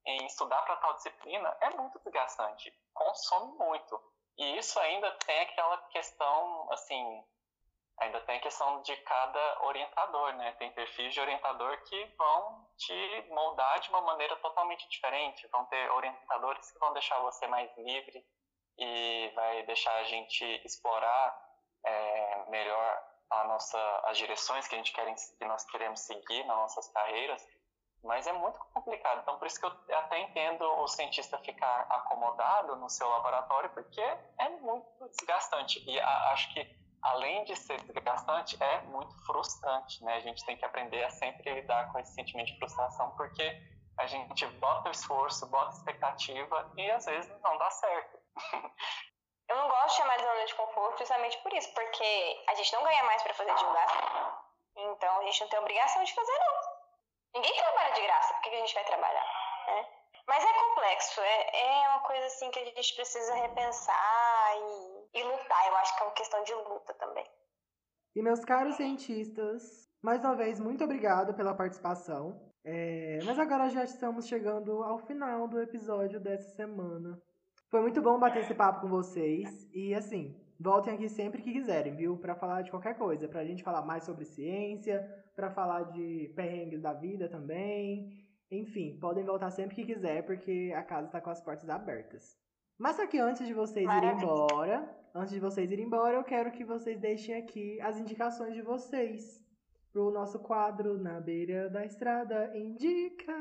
em estudar para tal disciplina é muito desgastante, consome muito. E isso ainda tem aquela questão, assim, ainda tem a questão de cada orientador, né? Tem perfis de orientador que vão te moldar de uma maneira totalmente diferente. Vão ter orientadores que vão deixar você mais livre e vai deixar a gente explorar é, melhor a nossa, as direções que, a gente quer, que nós queremos seguir nas nossas carreiras. Mas é muito complicado. Então, por isso que eu até entendo o cientista ficar acomodado no seu laboratório, porque é muito desgastante. E a, acho que, além de ser desgastante, é muito frustrante, né? A gente tem que aprender a sempre lidar com esse sentimento de frustração, porque a gente bota o esforço, bota expectativa e, às vezes, não dá certo. Eu não gosto de chamar de zona de conforto justamente por isso, porque a gente não ganha mais para fazer divulgação. Então, a gente não tem obrigação de fazer, não. Ninguém trabalha de graça, por que a gente vai trabalhar, né? Mas é complexo, é, é uma coisa assim que a gente precisa repensar e, e lutar. Eu acho que é uma questão de luta também. E meus caros cientistas, mais uma vez, muito obrigado pela participação. É, mas agora já estamos chegando ao final do episódio dessa semana. Foi muito bom bater esse papo com vocês. E assim, voltem aqui sempre que quiserem, viu? Pra falar de qualquer coisa. Pra gente falar mais sobre ciência, pra falar de perrengues da vida também. Enfim, podem voltar sempre que quiser, porque a casa tá com as portas abertas. Mas só que antes de vocês irem embora, antes de vocês irem embora, eu quero que vocês deixem aqui as indicações de vocês pro nosso quadro Na Beira da Estrada Indica.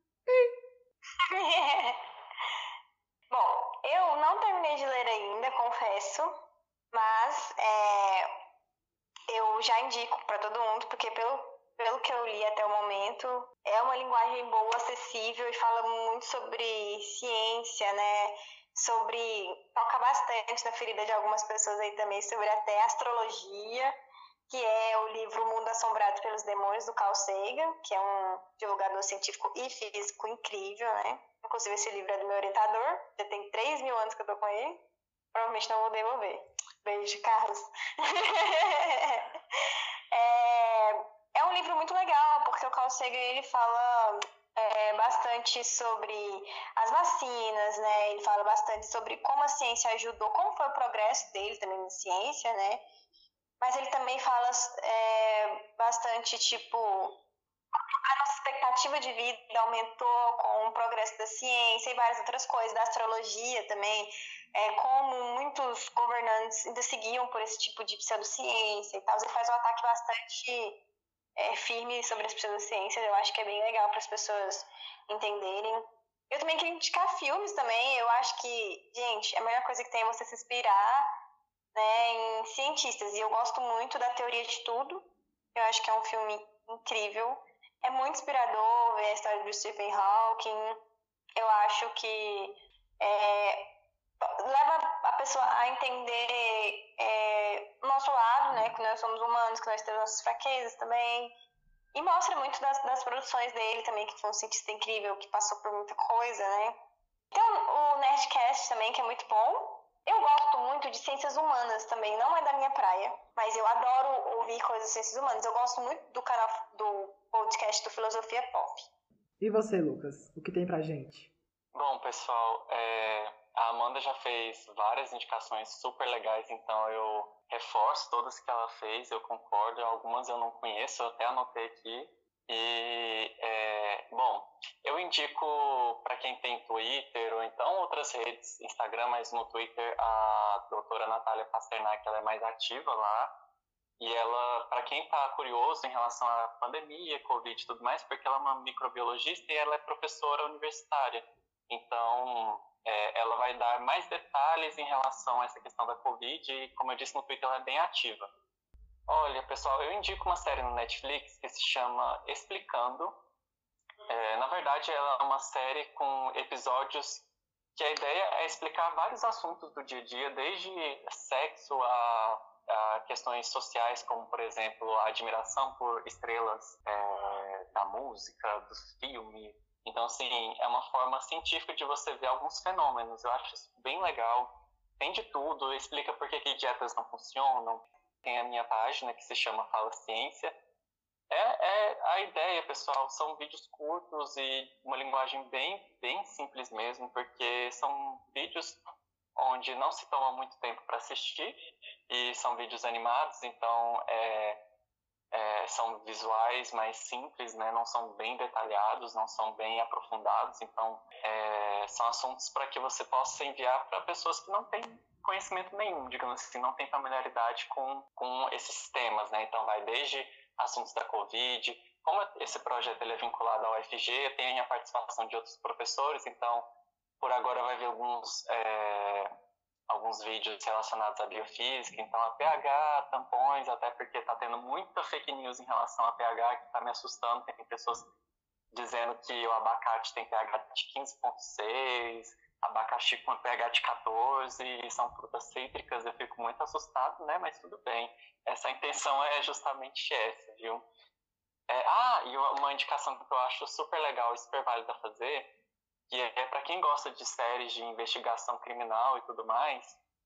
Bom, eu não terminei de ler ainda, confesso, mas é, eu já indico para todo mundo, porque pelo, pelo que eu li até o momento, é uma linguagem boa, acessível e fala muito sobre ciência, né? Sobre, toca bastante na ferida de algumas pessoas aí também, sobre até astrologia, que é o livro Mundo Assombrado pelos Demônios, do Carl Sagan, que é um divulgador científico e físico incrível, né? Inclusive, esse livro é do meu orientador, já tem três mil anos que eu tô com ele, provavelmente não vou devolver. Beijo, Carlos. é, é um livro muito legal, porque o Carl Sagan, ele fala é, bastante sobre as vacinas, né? Ele fala bastante sobre como a ciência ajudou, como foi o progresso dele também na ciência, né? Mas ele também fala é, bastante, tipo, a nossa expectativa de vida aumentou com o progresso da ciência e várias outras coisas, da astrologia também, é, como muitos governantes ainda seguiam por esse tipo de pseudociência e tal. Ele faz um ataque bastante é, firme sobre as pseudociências, eu acho que é bem legal para as pessoas entenderem. Eu também queria indicar filmes também, eu acho que, gente, a melhor coisa que tem é você se inspirar, né, em cientistas, e eu gosto muito da Teoria de Tudo, eu acho que é um filme incrível, é muito inspirador ver a história do Stephen Hawking, eu acho que é, leva a pessoa a entender é, o nosso lado, né, que nós somos humanos, que nós temos nossas fraquezas também, e mostra muito das, das produções dele também, que foi um cientista incrível, que passou por muita coisa, né. Então, o Nerdcast também, que é muito bom. Eu gosto muito de ciências humanas também, não é da minha praia, mas eu adoro ouvir coisas de ciências humanas. Eu gosto muito do canal do podcast do Filosofia Pop. E você, Lucas? O que tem pra gente? Bom, pessoal, é, a Amanda já fez várias indicações super legais, então eu reforço todas que ela fez, eu concordo. Algumas eu não conheço, eu até anotei aqui. E, é, bom, eu indico para quem tem Twitter ou então outras redes, Instagram, mas no Twitter a doutora Natália Pasternak, ela é mais ativa lá. E ela, para quem está curioso em relação à pandemia, Covid e tudo mais, porque ela é uma microbiologista e ela é professora universitária. Então, é, ela vai dar mais detalhes em relação a essa questão da Covid e, como eu disse no Twitter, ela é bem ativa. Olha, pessoal, eu indico uma série no Netflix que se chama Explicando. É, na verdade, ela é uma série com episódios que a ideia é explicar vários assuntos do dia a dia, desde sexo a, a questões sociais, como, por exemplo, a admiração por estrelas é, da música, do filme. Então, assim, é uma forma científica de você ver alguns fenômenos. Eu acho isso bem legal. Tem de tudo, explica por que, que dietas não funcionam. Tem a minha página que se chama Fala Ciência. É, é, a ideia pessoal, são vídeos curtos e uma linguagem bem, bem simples mesmo, porque são vídeos onde não se toma muito tempo para assistir e são vídeos animados, então é, é, são visuais mais simples, né? Não são bem detalhados, não são bem aprofundados, então é, são assuntos para que você possa enviar para pessoas que não têm conhecimento nenhum, digamos assim, não têm familiaridade com, com esses temas, né? Então vai desde assuntos da Covid, como esse projeto ele é vinculado ao U F G, tem a participação de outros professores, então por agora vai ver alguns, é, alguns vídeos relacionados à biofísica, então a pH, tampões, até porque está tendo muita fake news em relação a pH, que está me assustando, tem pessoas dizendo que o abacate tem pH de quinze vírgula seis, abacaxi com pH de quatorze, e são frutas cítricas, eu fico muito assustado, né? Mas tudo bem, essa intenção é justamente essa, viu? É, ah, e uma indicação que eu acho super legal e super válida fazer, que é para quem gosta de séries de investigação criminal e tudo mais,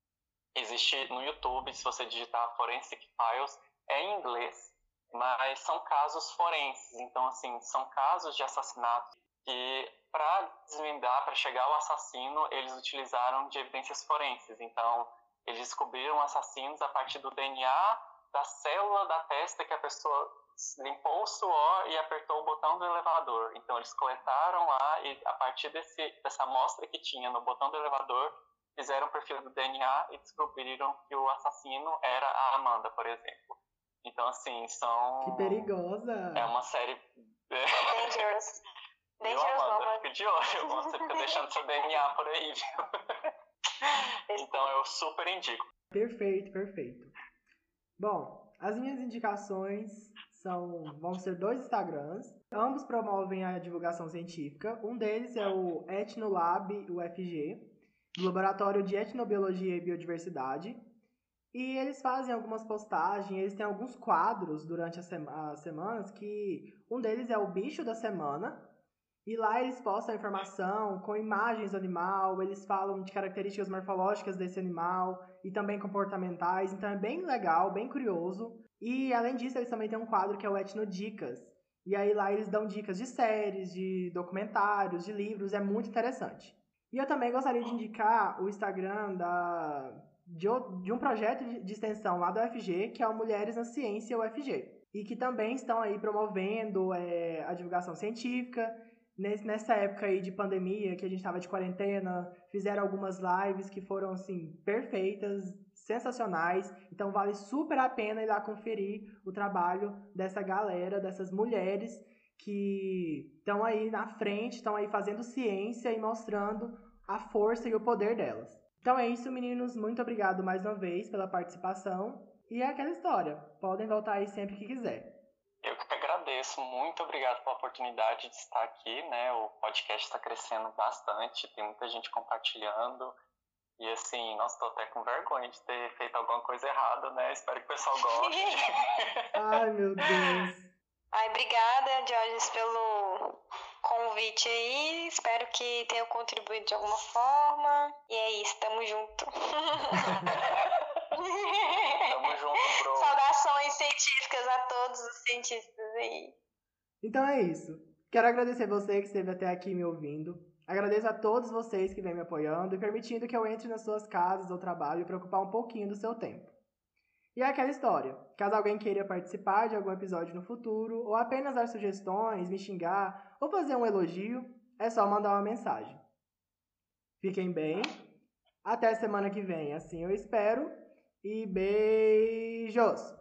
existe no YouTube, se você digitar Forensic Files, é em inglês, mas são casos forenses, então assim, são casos de assassinato que para desvendar, para chegar ao assassino, eles utilizaram de evidências forenses, então eles descobriram assassinos a partir do D N A da célula da testa que a pessoa limpou o suor e apertou o botão do elevador. Então eles coletaram lá e a partir desse, dessa amostra que tinha no botão do elevador, fizeram o perfil do D N A e descobriram que o assassino era a Amanda, por exemplo. Então assim, são... Que perigosa! É uma série... Dangerous. Viu, Dangerous Amanda? woman. Fica de olho, você fica deixando seu D N A por aí, viu? Então eu super indico. Perfeito, perfeito. Bom, as minhas indicações são, vão ser dois Instagrams. Ambos promovem a divulgação científica. Um deles é o Etnolab U F G, do Laboratório de Etnobiologia e Biodiversidade. E eles fazem algumas postagens, eles têm alguns quadros durante as, sema- as semanas, que um deles é o bicho da semana. E lá eles postam a informação com imagens do animal, eles falam de características morfológicas desse animal e também comportamentais, então é bem legal, bem curioso. E além disso, eles também têm um quadro que é o Etnodicas. E aí lá eles dão dicas de séries, de documentários, de livros, é muito interessante. E eu também gostaria de indicar o Instagram da, de, o- de um projeto de, de extensão lá da U F G, que é o Mulheres na Ciência U F G. E que também estão aí promovendo é, a divulgação científica. Nesse- Nessa época aí de pandemia, que a gente estava de quarentena, fizeram algumas lives que foram, assim, perfeitas, sensacionais. Então vale super a pena ir lá conferir o trabalho dessa galera, dessas mulheres que estão aí na frente, estão aí fazendo ciência e mostrando a força e o poder delas. Então é isso, meninos. Muito obrigado mais uma vez pela participação. E é aquela história. Podem voltar aí sempre que quiser. Eu que agradeço, muito obrigado pela oportunidade de estar aqui, né? O podcast está crescendo bastante, tem muita gente compartilhando. E assim, nossa, tô até com vergonha de ter feito alguma coisa errada, né? Espero que o pessoal goste. Ai, meu Deus. Ai, obrigada, Diógenes, pelo convite aí. Espero que tenha contribuído de alguma forma. E é isso, tamo junto. Tamo junto, bro. Saudações científicas a todos os cientistas aí. Então é isso. Quero agradecer você que esteve até aqui me ouvindo. Agradeço a todos vocês que vêm me apoiando e permitindo que eu entre nas suas casas ou trabalho para ocupar um pouquinho do seu tempo. E é aquela história. Caso alguém queira participar de algum episódio no futuro, ou apenas dar sugestões, me xingar, ou fazer um elogio, é só mandar uma mensagem. Fiquem bem. Até semana que vem, assim eu espero. E beijos!